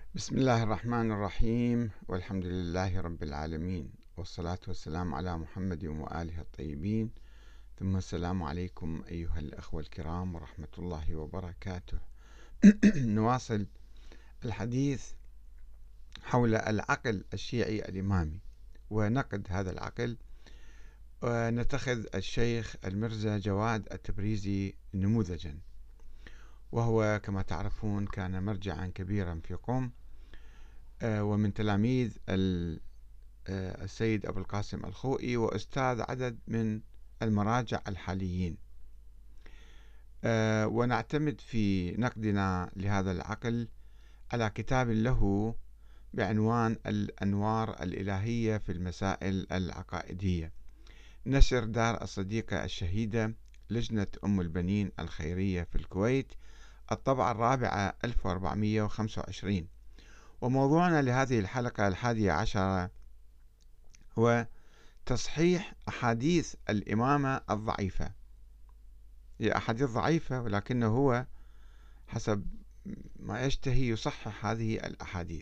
بسم الله الرحمن الرحيم، والحمد لله رب العالمين، والصلاة والسلام على محمد وآله الطيبين، ثم السلام عليكم أيها الأخوة الكرام ورحمة الله وبركاته. نواصل الحديث حول العقل الشيعي الإمامي ونقد هذا العقل، ونتخذ الشيخ المرزا جواد التبريزي نموذجا، وهو كما تعرفون كان مرجعا كبيرا في قم، ومن تلاميذ السيد أبو القاسم الخوئي، وأستاذ عدد من المراجع الحاليين. ونعتمد في نقدنا لهذا العقل على كتاب له بعنوان الأنوار الإلهية في المسائل العقائدية، نشر دار الصديقة الشهيدة لجنة أم البنين الخيرية في الكويت، الطبعة الرابعة 1425. وموضوعنا لهذه الحلقة 11 هو تصحيح أحاديث الإمامة الضعيفة. هي أحاديث ضعيفة، ولكنه هو حسب ما يشتهي يصحح هذه الأحاديث.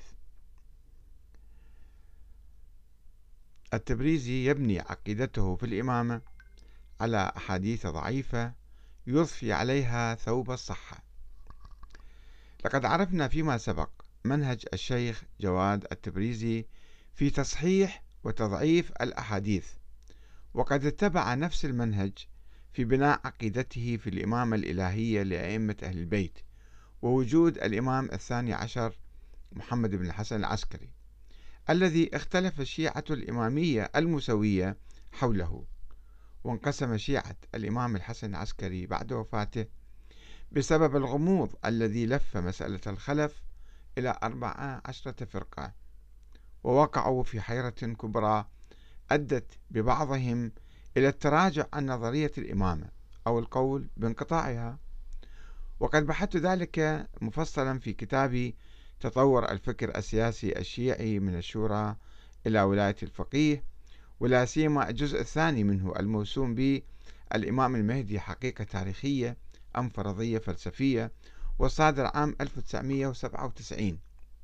التبريزي يبني عقيدته في الإمامة على أحاديث ضعيفة يضفي عليها ثوب الصحة. لقد عرفنا فيما سبق منهج الشيخ جواد التبريزي في تصحيح وتضعيف الأحاديث، وقد اتبع نفس المنهج في بناء عقيدته في الإمامة الإلهية لأئمة أهل البيت، ووجود الإمام الثاني عشر محمد بن الحسن العسكري، الذي اختلف الشيعة الإمامية المسوية حوله، وانقسم شيعة الإمام الحسن العسكري بعد وفاته بسبب الغموض الذي لف مسألة الخلف إلى 14 فرقة، ووقعوا في حيرة كبرى أدت ببعضهم إلى التراجع عن نظرية الإمامة أو القول بانقطاعها. وقد بحثت ذلك مفصلا في كتابي تطور الفكر السياسي الشيعي من الشورى إلى ولاية الفقيه، ولا سيما الجزء الثاني منه الموسوم بالإمام المهدي حقيقة تاريخية أم فرضية فلسفية، والصادر عام 1997.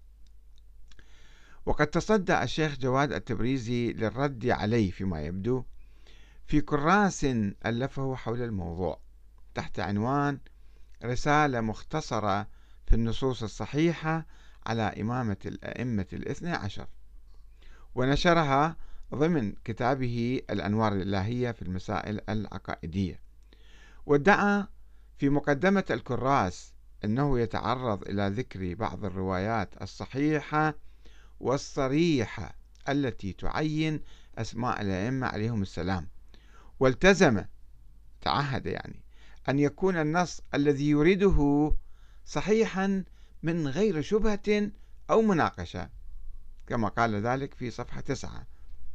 وقد تصدى الشيخ جواد التبريزي للرد عليه فيما يبدو في كراس ألفه حول الموضوع تحت عنوان رسالة مختصرة في النصوص الصحيحة على إمامة الأئمة الاثنى عشر، ونشرها ضمن كتابه الأنوار الإلهية في المسائل العقائدية. وادعى في مقدمة الكراس أنه يتعرض إلى ذكر بعض الروايات الصحيحة والصريحة التي تعين أسماء الأئمة عليهم السلام، والتزم تعهد أن يكون النص الذي يريده صحيحا من غير شبهة أو مناقشة، كما قال ذلك في صفحة 9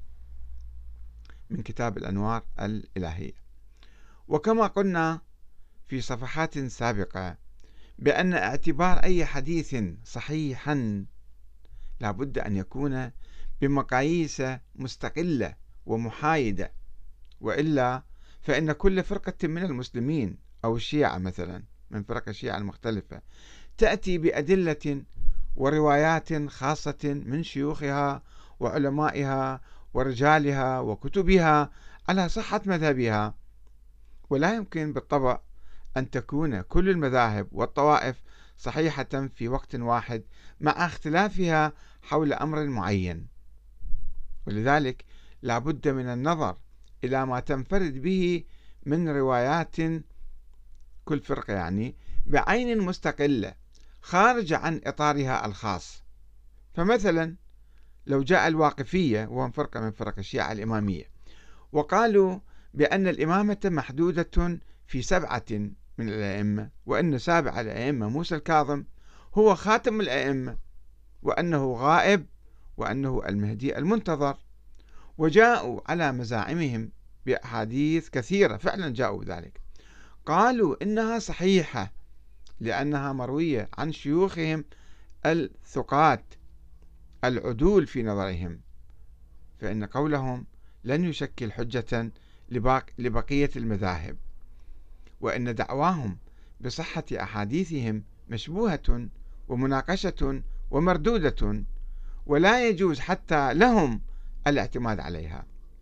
من كتاب الأنوار الإلهية. وكما قلنا في صفحات سابقة بأن اعتبار أي حديث صحيحا لا بد أن يكون بمقاييس مستقلة ومحايدة، وإلا فإن كل فرقة من المسلمين أو الشيعة مثلا من فرق الشيعة المختلفة تأتي بأدلة وروايات خاصة من شيوخها وعلمائها ورجالها وكتبها على صحة مذهبها، ولا يمكن بالطبع أن تكون كل المذاهب والطوائف صحيحة في وقت واحد مع اختلافها حول أمر معين. ولذلك لا بد من النظر إلى ما تنفرد به من روايات كل فرقة بعين مستقلة خارجة عن إطارها الخاص. فمثلا لو جاء الواقفية وهم فرقة من فرق الشيعة الإمامية وقالوا بأن الإمامة محدودة في 7 من الأئمة، وأن سابع الأئمة موسى الكاظم هو خاتم الأئمة، وأنه غائب، وأنه المهدي المنتظر، وجاءوا على مزاعمهم بأحاديث كثيرة فعلا جاءوا بذلك، قالوا إنها صحيحة لأنها مروية عن شيوخهم الثقات العدول في نظرهم، فإن قولهم لن يشكل حجة لبقية المذاهب، وإن دعواهم بصحة أحاديثهم مشبوهة ومناقشة ومردودة، ولا يجوز حتى لهم الاعتماد عليها.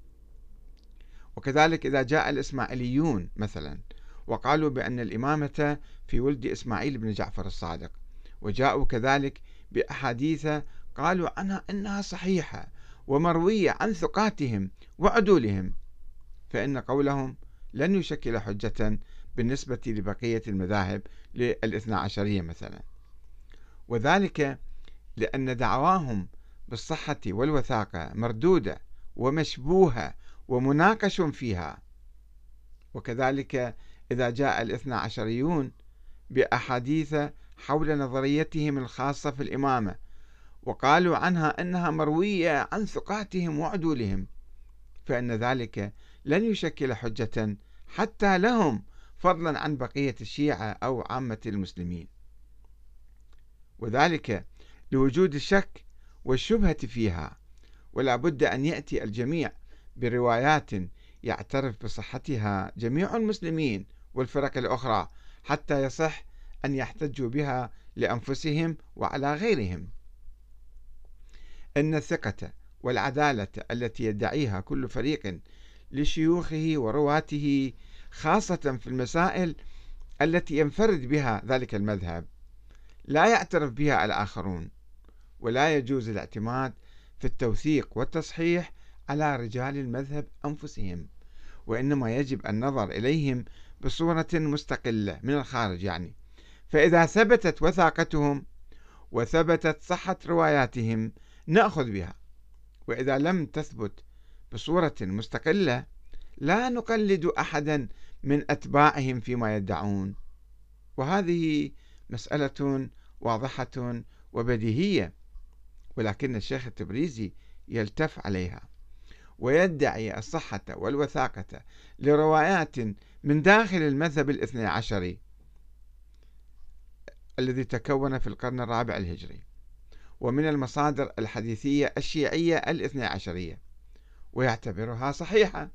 وكذلك إذا جاء الإسماعيليون مثلا وقالوا بأن الإمامة في ولد إسماعيل بن جعفر الصادق، وجاءوا كذلك بأحاديث قالوا عنها إنها صحيحة ومروية عن ثقاتهم وعدولهم، فإن قولهم لن يشكل حجة بالنسبة لبقية المذاهب للاثنى عشرية مثلا، وذلك لأن دعواهم بالصحة والوثاقة مردودة ومشبوهة ومناقش فيها. وكذلك إذا جاء الاثنى عشريون بأحاديث حول نظريتهم الخاصة في الإمامة وقالوا عنها أنها مروية عن ثقاتهم وعدولهم، فإن ذلك لن يشكل حجة حتى لهم، فضلا عن بقية الشيعة أو عامة المسلمين، وذلك لوجود الشك والشبهة فيها. ولا بد أن يأتي الجميع بروايات يعترف بصحتها جميع المسلمين والفرق الأخرى حتى يصح أن يحتجوا بها لأنفسهم وعلى غيرهم. إن الثقة والعدالة التي يدعيها كل فريق لشيوخه ورواته، خاصة في المسائل التي ينفرد بها ذلك المذهب، لا يعترف بها الآخرون، ولا يجوز الاعتماد في التوثيق والتصحيح على رجال المذهب أنفسهم، وإنما يجب النظر إليهم بصورة مستقلة من الخارج يعني. فإذا ثبتت وثاقتهم وثبتت صحة رواياتهم نأخذ بها، وإذا لم تثبت بصورة مستقلة لا نقلد أحدا من أتباعهم فيما يدعون. وهذه مسألة واضحة وبديهية، ولكن الشيخ التبريزي يلتف عليها ويدعي الصحة والوثاقة لروايات من داخل المذهب الاثني عشري الذي تكون في القرن الرابع الهجري ومن المصادر الحديثية الشيعية الاثني عشرية، ويعتبرها صحيحة.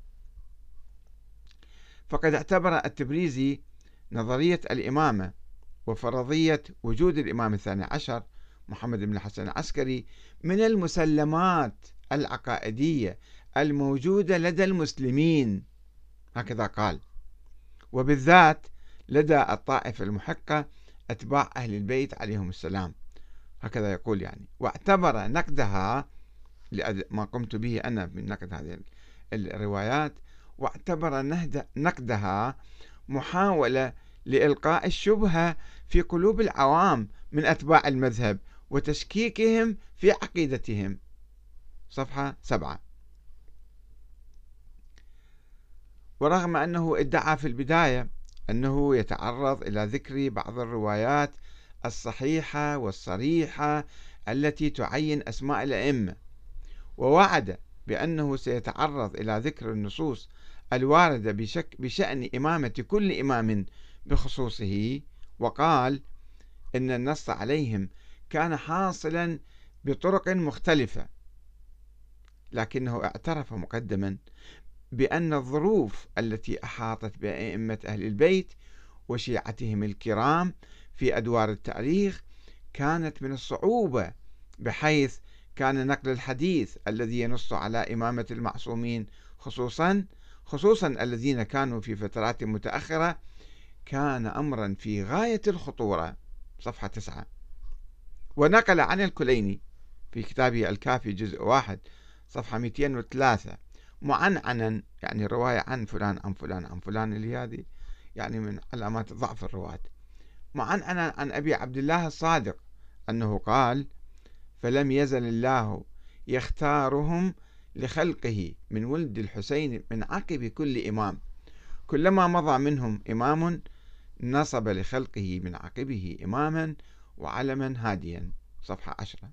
فقد اعتبر التبريزي نظرية الإمامة وفرضية وجود الإمام الثاني عشر محمد بن الحسن العسكري من المسلمات العقائدية الموجودة لدى المسلمين، هكذا قال، وبالذات لدى الطائفة المحقة أتباع أهل البيت عليهم السلام، هكذا يقول يعني. واعتبر نقدها ما قمت به أنا من نقد هذه الروايات، واعتبر نقدها محاولة لإلقاء الشبهة في قلوب العوام من أتباع المذهب وتشكيكهم في عقيدتهم. صفحة 7. ورغم أنه ادعى في البداية أنه يتعرض إلى ذكر بعض الروايات الصحيحة والصريحة التي تعين أسماء الأئمة، ووعد بأنه سيتعرض إلى ذكر النصوص الواردة بشأن إمامة كل إمام بخصوصه، وقال إن النص عليهم كان حاصلا بطرق مختلفة، لكنه اعترف مقدما بأن الظروف التي أحاطت بأئمة أهل البيت وشيعتهم الكرام في أدوار التاريخ كانت من الصعوبة، بحيث كان نقل الحديث الذي ينص على إمامة المعصومين خصوصا الذين كانوا في فترات متأخرة كان أمرا في غاية الخطورة. صفحة 9. ونقل عن الكليني في كتابه الكافي جزء 1 صفحة 203 معنعنا، يعني رواية عن فلان عن فلان عن فلان، اللي هذه يعني من علامات ضعف الرواة، معنعنا عن أبي عبد الله الصادق أنه قال: فلم يزل الله يختارهم لخلقه من ولد الحسين من عقب كل إمام، كلما مضى منهم إمام نصب لخلقه من عقبه إماما وعلما هاديا. صفحة 10.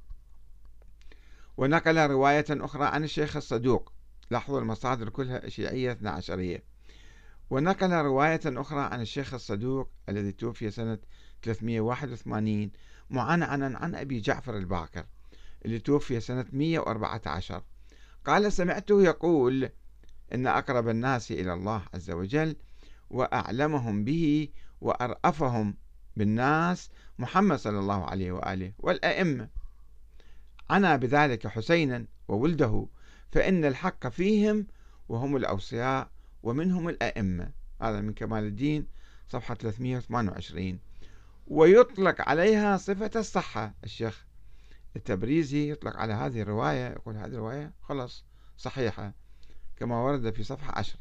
ونقل رواية أخرى عن الشيخ الصدوق، لاحظوا المصادر كلها شيعية 12. ونقل رواية أخرى عن الشيخ الصدوق الذي توفي سنة 381 معنعنا عن أبي جعفر الباقر اللي توفي سنة 114، قال: سمعته يقول إن أقرب الناس إلى الله عز وجل وأعلمهم به وأرأفهم بالناس محمد صلى الله عليه وآله والأئمة، عنا بذلك حسينا وولده، فإن الحق فيهم وهم الأوصياء ومنهم الأئمة. هذا من كمال الدين صفحة 328. ويطلق عليها صفة الصحة. الشيخ التبريزي يطلق على هذه الرواية، يقول هذه الرواية خلاص صحيحة كما ورد في صفحة 10.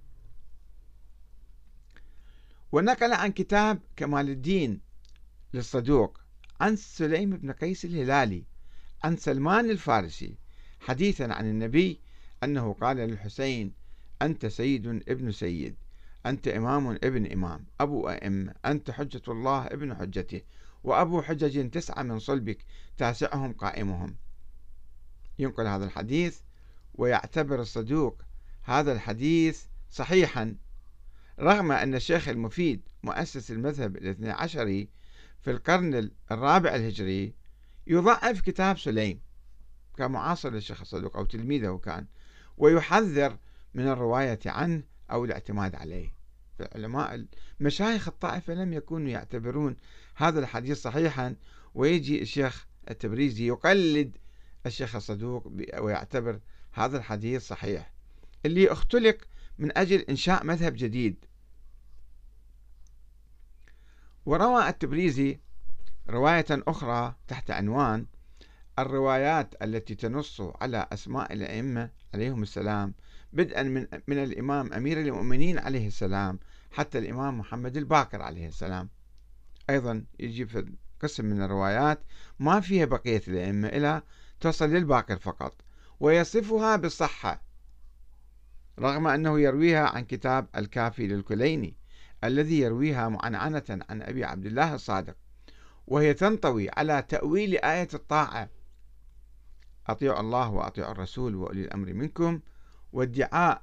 ونقل عن كتاب كمال الدين للصدوق عن سليم بن قيس الهلالي عن سلمان الفارسي حديثا عن النبي أنه قال للحسين: أنت سيد ابن سيد، أنت إمام ابن إمام، أبو أئمة، أنت حجة الله ابن حجته، وأبو حجج 9 من صلبك، تاسعهم قائمهم. ينقل هذا الحديث، ويعتبر الصدوق هذا الحديث صحيحا، رغم أن الشيخ المفيد مؤسس المذهب الاثني عشري في القرن الرابع الهجري يضعف كتاب سليم، كان معاصر للشيخ الصدوق أو تلميذه كان، ويحذر من الرواية عنه أو الاعتماد عليه. فعلماء مشايخ الطائفة لم يكونوا يعتبرون هذا الحديث صحيحا، ويجي الشيخ التبريزي يقلد الشيخ الصدوق ويعتبر هذا الحديث صحيح، اللي اختلق من أجل إنشاء مذهب جديد. وروى التبريزي رواية أخرى تحت عنوان الروايات التي تنص على أسماء الأئمة عليهم السلام، بدءا من الإمام أمير المؤمنين عليه السلام حتى الإمام محمد الباقر عليه السلام. أيضا يجي في قسم من الروايات ما فيها بقية الأئمة إلى تصل للباقر فقط، ويصفها بالصحة، رغم أنه يرويها عن كتاب الكافي للكليني الذي يرويها معنعنة عن أبي عبد الله الصادق، وهي تنطوي على تأويل آية الطاعة: أطيعوا الله وأطيعوا الرسول وأولي الأمر منكم، وادعاء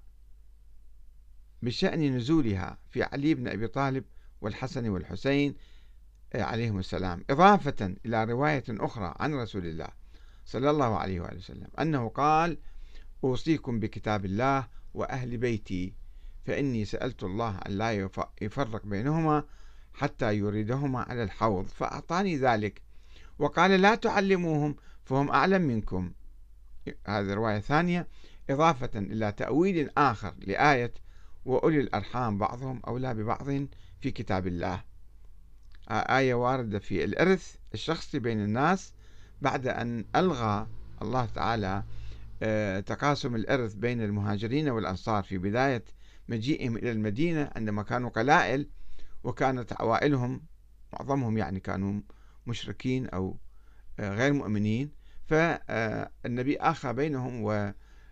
بشأن نزولها في علي بن أبي طالب والحسن والحسين عليهم السلام، إضافة إلى رواية أخرى عن رسول الله صلى الله عليه وآله وسلم أنه قال: أوصيكم بكتاب الله وأهل بيتي، فإني سألت الله أن لا يفرق بينهما حتى يريدهما على الحوض فأعطاني ذلك، وقال: لا تعلموهم فهم أعلم منكم. هذه رواية ثانية إضافة إلى تأويل آخر لآية وأولي الأرحام بعضهم أولى ببعض في كتاب الله، آية واردة في الإرث الشخصي بين الناس بعد أن ألغى الله تعالى تقاسم الإرث بين المهاجرين والأنصار في بداية مجيئهم إلى المدينة عندما كانوا قلائل، وكانت عوائلهم معظمهم يعني كانوا مشركين أو غير مؤمنين، فالنبي آخى بينهم و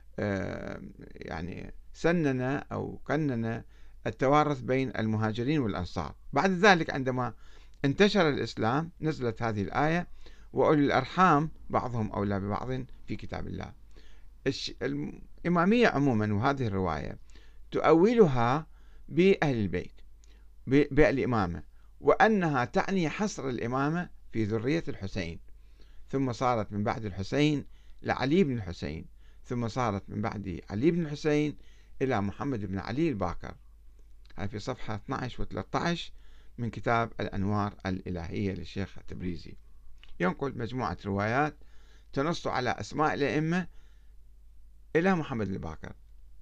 يعني سنن أو قنن التوارث بين المهاجرين والأنصار. بعد ذلك عندما انتشر الإسلام نزلت هذه الآية: وأولي الأرحام بعضهم أولى ببعض في كتاب الله. الإمامية عموما وهذه الرواية تؤولها بأهل البيت بالإمامة، وأنها تعني حصر الإمامة في ذرية الحسين، ثم صارت من بعد الحسين لعلي بن الحسين، ثم صارت من بعد علي بن الحسين إلى محمد بن علي الباقر. هذا في صفحة 12 و13 من كتاب الأنوار الإلهية للشيخ التبريزي. ينقل مجموعة روايات تنص على أسماء الأئمة إلى محمد الباقر.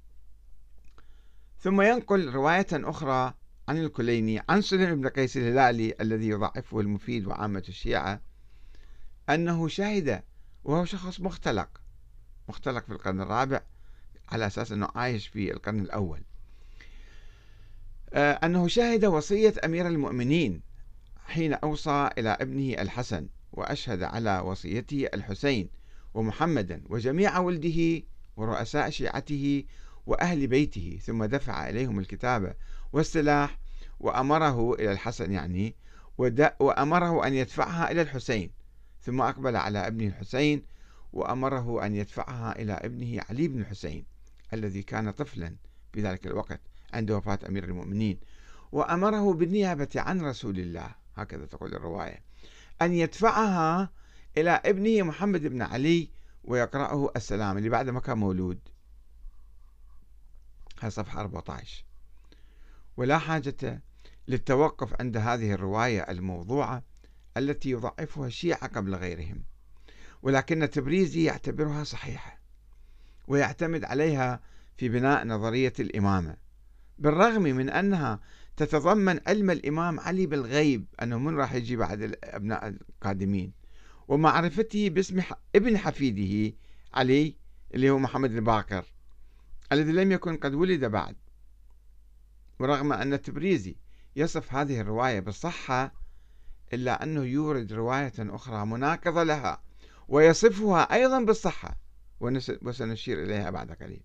ثم ينقل رواية أخرى عن الكليني عن سليم بن قيس الهلالي الذي يضعفه المفيد وعامة الشيعة أنه شهد، وهو شخص مختلق في القرن الرابع على أساس أنه عايش في القرن الأول، أنه شهد وصية أمير المؤمنين حين أوصى إلى ابنه الحسن، وأشهد على وصيته الحسين ومحمدا وجميع ولده ورؤساء شيعته وأهل بيته، ثم دفع إليهم الكتاب والسلاح، وأمره إلى الحسن يعني، وأمره أن يدفعها إلى الحسين، ثم أقبل على ابنه الحسين وأمره أن يدفعها إلى ابنه علي بن الحسين الذي كان طفلا في ذلك الوقت عند وفاة أمير المؤمنين، وأمره بالنيابة عن رسول الله، هكذا تقول الرواية، أن يدفعها إلى ابنه محمد بن علي ويقرأه السلام اللي بعد ما كان مولود. هذا صفحة 14. ولا حاجة للتوقف عند هذه الرواية الموضوعة التي يضعفها الشيعة قبل غيرهم، ولكن التبريزي يعتبرها صحيحة ويعتمد عليها في بناء نظرية الإمامة، بالرغم من أنها تتضمن علم الإمام علي بالغيب أنه من راح يجي بعد الأبناء القادمين، ومعرفته باسم ابن حفيده علي اللي هو محمد الباقر الذي لم يكن قد ولد بعد. ورغم أن التبريزي يصف هذه الرواية بالصحة، إلا أنه يورد رواية أخرى مناقضة لها ويصفها أيضا بالصحة، وسنشير إليها بعد قليل.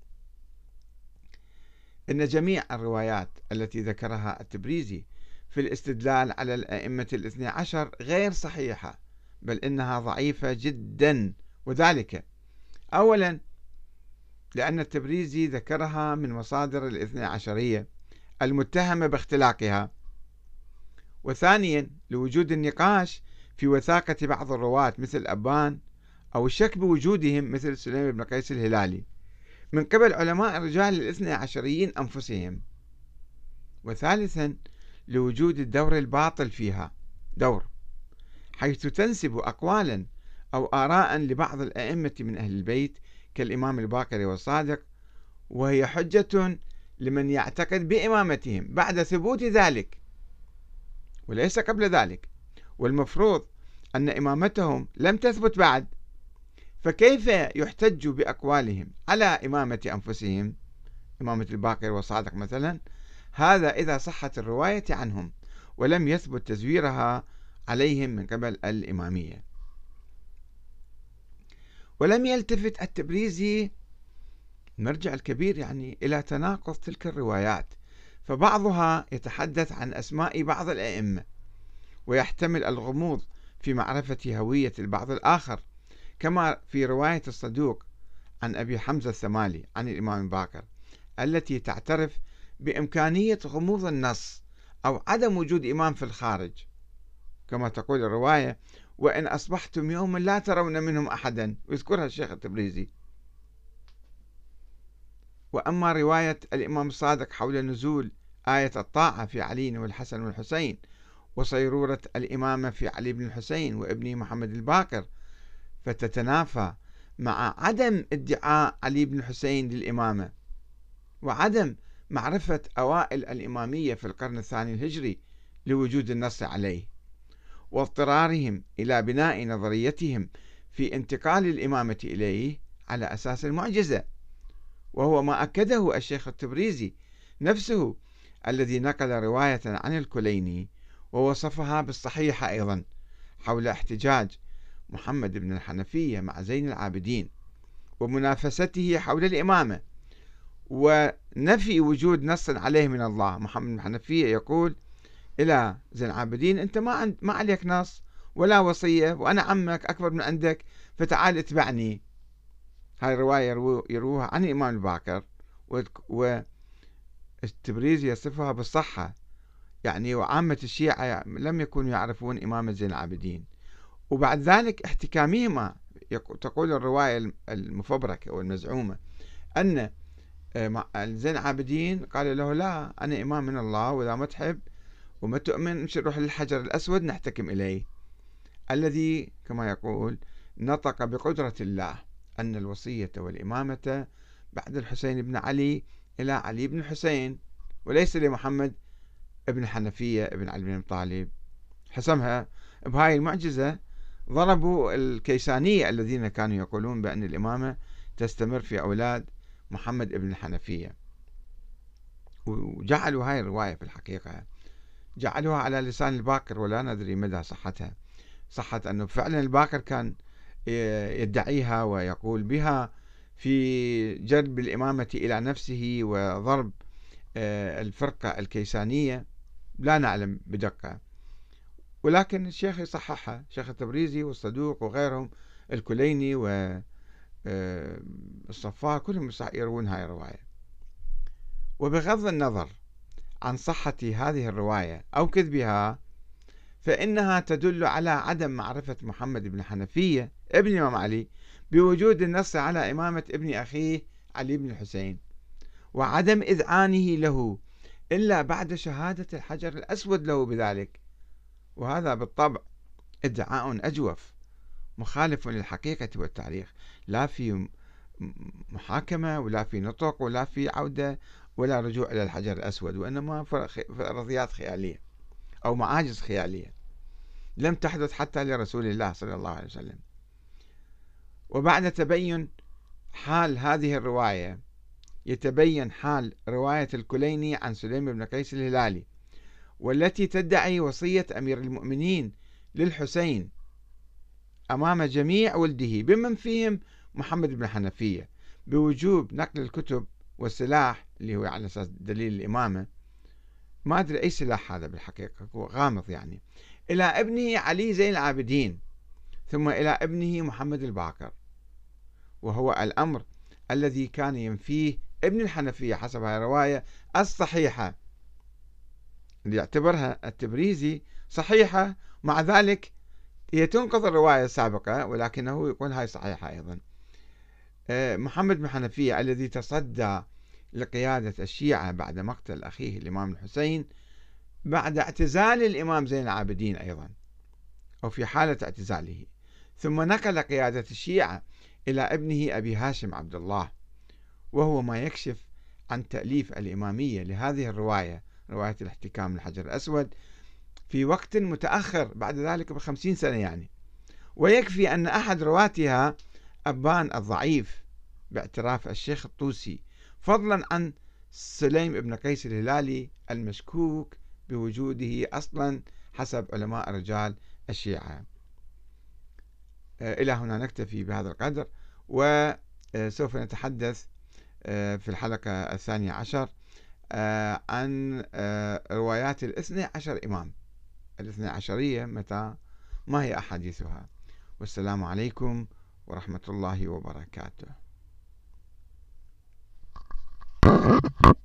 إن جميع الروايات التي ذكرها التبريزي في الاستدلال على الأئمة الاثني عشر غير صحيحة، بل إنها ضعيفة جدا، وذلك أولا لأن التبريزي ذكرها من مصادر الاثني عشرية المتهمة باختلاقها، وثانيا لوجود النقاش في وثاقة بعض الرواة مثل أبان، أو الشك بوجودهم مثل سليم بن قيس الهلالي من قبل علماء الرجال الاثني عشريين أنفسهم، وثالثا لوجود الدور الباطل فيها، دور حيث تنسب أقوالا أو آراء لبعض الأئمة من أهل البيت كالإمام الباقر والصادق، وهي حجة لمن يعتقد بإمامتهم بعد ثبوت ذلك وليس قبل ذلك، والمفروض أن إمامتهم لم تثبت بعد، فكيف يحتج بأقوالهم على إمامة أنفسهم، إمامة الباقر والصادق مثلا، هذا إذا صحت الرواية عنهم ولم يثبت تزويرها عليهم من قبل الإمامية. ولم يلتفت التبريزي المرجع الكبير إلى تناقض تلك الروايات، فبعضها يتحدث عن أسماء بعض الأئمة ويحتمل الغموض في معرفة هوية البعض الآخر، كما في رواية الصدوق عن أبي حمزة الثمالي عن الإمام الباقر التي تعترف بإمكانية غموض النص أو عدم وجود إمام في الخارج، كما تقول الرواية: وإن أصبحتم يوما لا ترون منهم أحدا، ويذكرها الشيخ التبريزي. وأما رواية الإمام الصادق حول نزول آية الطاعة في علي والحسن والحسين وصيرورة الإمامة في علي بن الحسين وابنه محمد الباقر، فتتنافى مع عدم ادعاء علي بن الحسين للإمامة وعدم معرفة أوائل الإمامية في القرن الثاني الهجري لوجود النص عليه، واضطرارهم إلى بناء نظريتهم في انتقال الإمامة إليه على أساس المعجزة، وهو ما أكده الشيخ التبريزي نفسه الذي نقل رواية عن الكليني ووصفها بالصحيحة أيضا حول احتجاج محمد بن الحنفية مع زين العابدين ومنافسته حول الإمامة ونفي وجود نص عليه من الله. محمد بن الحنفية يقول إلى زين العابدين: أنت ما عليك نص ولا وصية، وأنا عمك أكبر من عندك، فتعال اتبعني. هاي الرواية يروها عن الإمام الباقر، والتبريزي يصفها بالصحة، وعامة الشيعة لم يكونوا يعرفون إمامة زين العابدين. وبعد ذلك احتكامهما، تقول الرواية المفبركة والمزعومة أن زين العابدين قال له: لا، أنا إمام من الله، وإذا ما تحب وما تؤمن امشي روح للحجر الأسود نحتكم إليه، الذي كما يقول نطق بقدرة الله أن الوصية والإمامة بعد الحسين بن علي إلى علي بن الحسين، وليس لمحمد ابن حنفية ابن علي بن طالب. حسمها بهاي المعجزة ضربوا الكيسانية الذين كانوا يقولون بأن الإمامة تستمر في أولاد محمد ابن الحنفية، وجعلوا هاي الرواية في الحقيقة جعلوها على لسان الباقر، ولا ندري مدى صحتها، صحة أنه فعلا الباقر كان يدعيها ويقول بها في جلب الإمامة إلى نفسه وضرب الفرقة الكيسانية، لا نعلم بدقة، ولكن الشيخ يصححها، الشيخ التبريزي والصدوق وغيرهم، الكليني والصفار، كلهم يروون هاي الرواية. وبغض النظر عن صحة هذه الرواية أو كذبها، فإنها تدل على عدم معرفة محمد بن حنفية ابن الإمام علي بوجود النص على إمامة ابن أخيه علي بن الحسين، وعدم إذعانه له إلا بعد شهادة الحجر الأسود له بذلك، وهذا بالطبع ادعاء أجوف مخالف للحقيقة والتاريخ، لا في محاكمة ولا في نطق ولا في عودة ولا رجوع إلى الحجر الأسود، وإنما فرضيات خيالية أو معاجز خيالية لم تحدث حتى لرسول الله صلى الله عليه وسلم. وبعد تبين حال هذه الرواية يتبين حال رواية الكليني عن سليم بن قيس الهلالي، والتي تدعي وصية أمير المؤمنين للحسين أمام جميع ولده بمن فيهم محمد بن حنفية بوجوب نقل الكتب والسلاح اللي هو على أساس دليل الإمامة، ما أدري أي سلاح هذا بالحقيقة، هو غامض يعني، إلى ابنه علي زين العابدين، ثم إلى ابنه محمد الباقر، وهو الأمر الذي كان ينفيه ابن الحنفية حسب هذه الرواية الصحيحة اللي يعتبرها التبريزي صحيحة، مع ذلك هي تنقض الرواية السابقة ولكنه يقول هاي صحيحة أيضا. محمد بن حنفية الذي تصدى لقيادة الشيعة بعد مقتل أخيه الإمام الحسين بعد اعتزال الإمام زين العابدين أيضا، أو في حالة اعتزاله، ثم نقل قيادة الشيعة إلى ابنه أبي هاشم عبد الله، وهو ما يكشف عن تأليف الإمامية لهذه الرواية، رواية الاحتكام للحجر الأسود، في وقت متأخر بعد ذلك ب50 سنة يعني. ويكفي أن أحد رواتها أبان الضعيف باعتراف الشيخ الطوسي، فضلا عن سليم بن قيس الهلالي المشكوك بوجوده أصلا حسب علماء رجال الشيعة. إلى هنا نكتفي بهذا القدر، وسوف نتحدث في الحلقة 12 عن روايات الاثني عشر إمام، الاثني عشرية متى، ما هي أحاديثها. والسلام عليكم ورحمة الله وبركاته.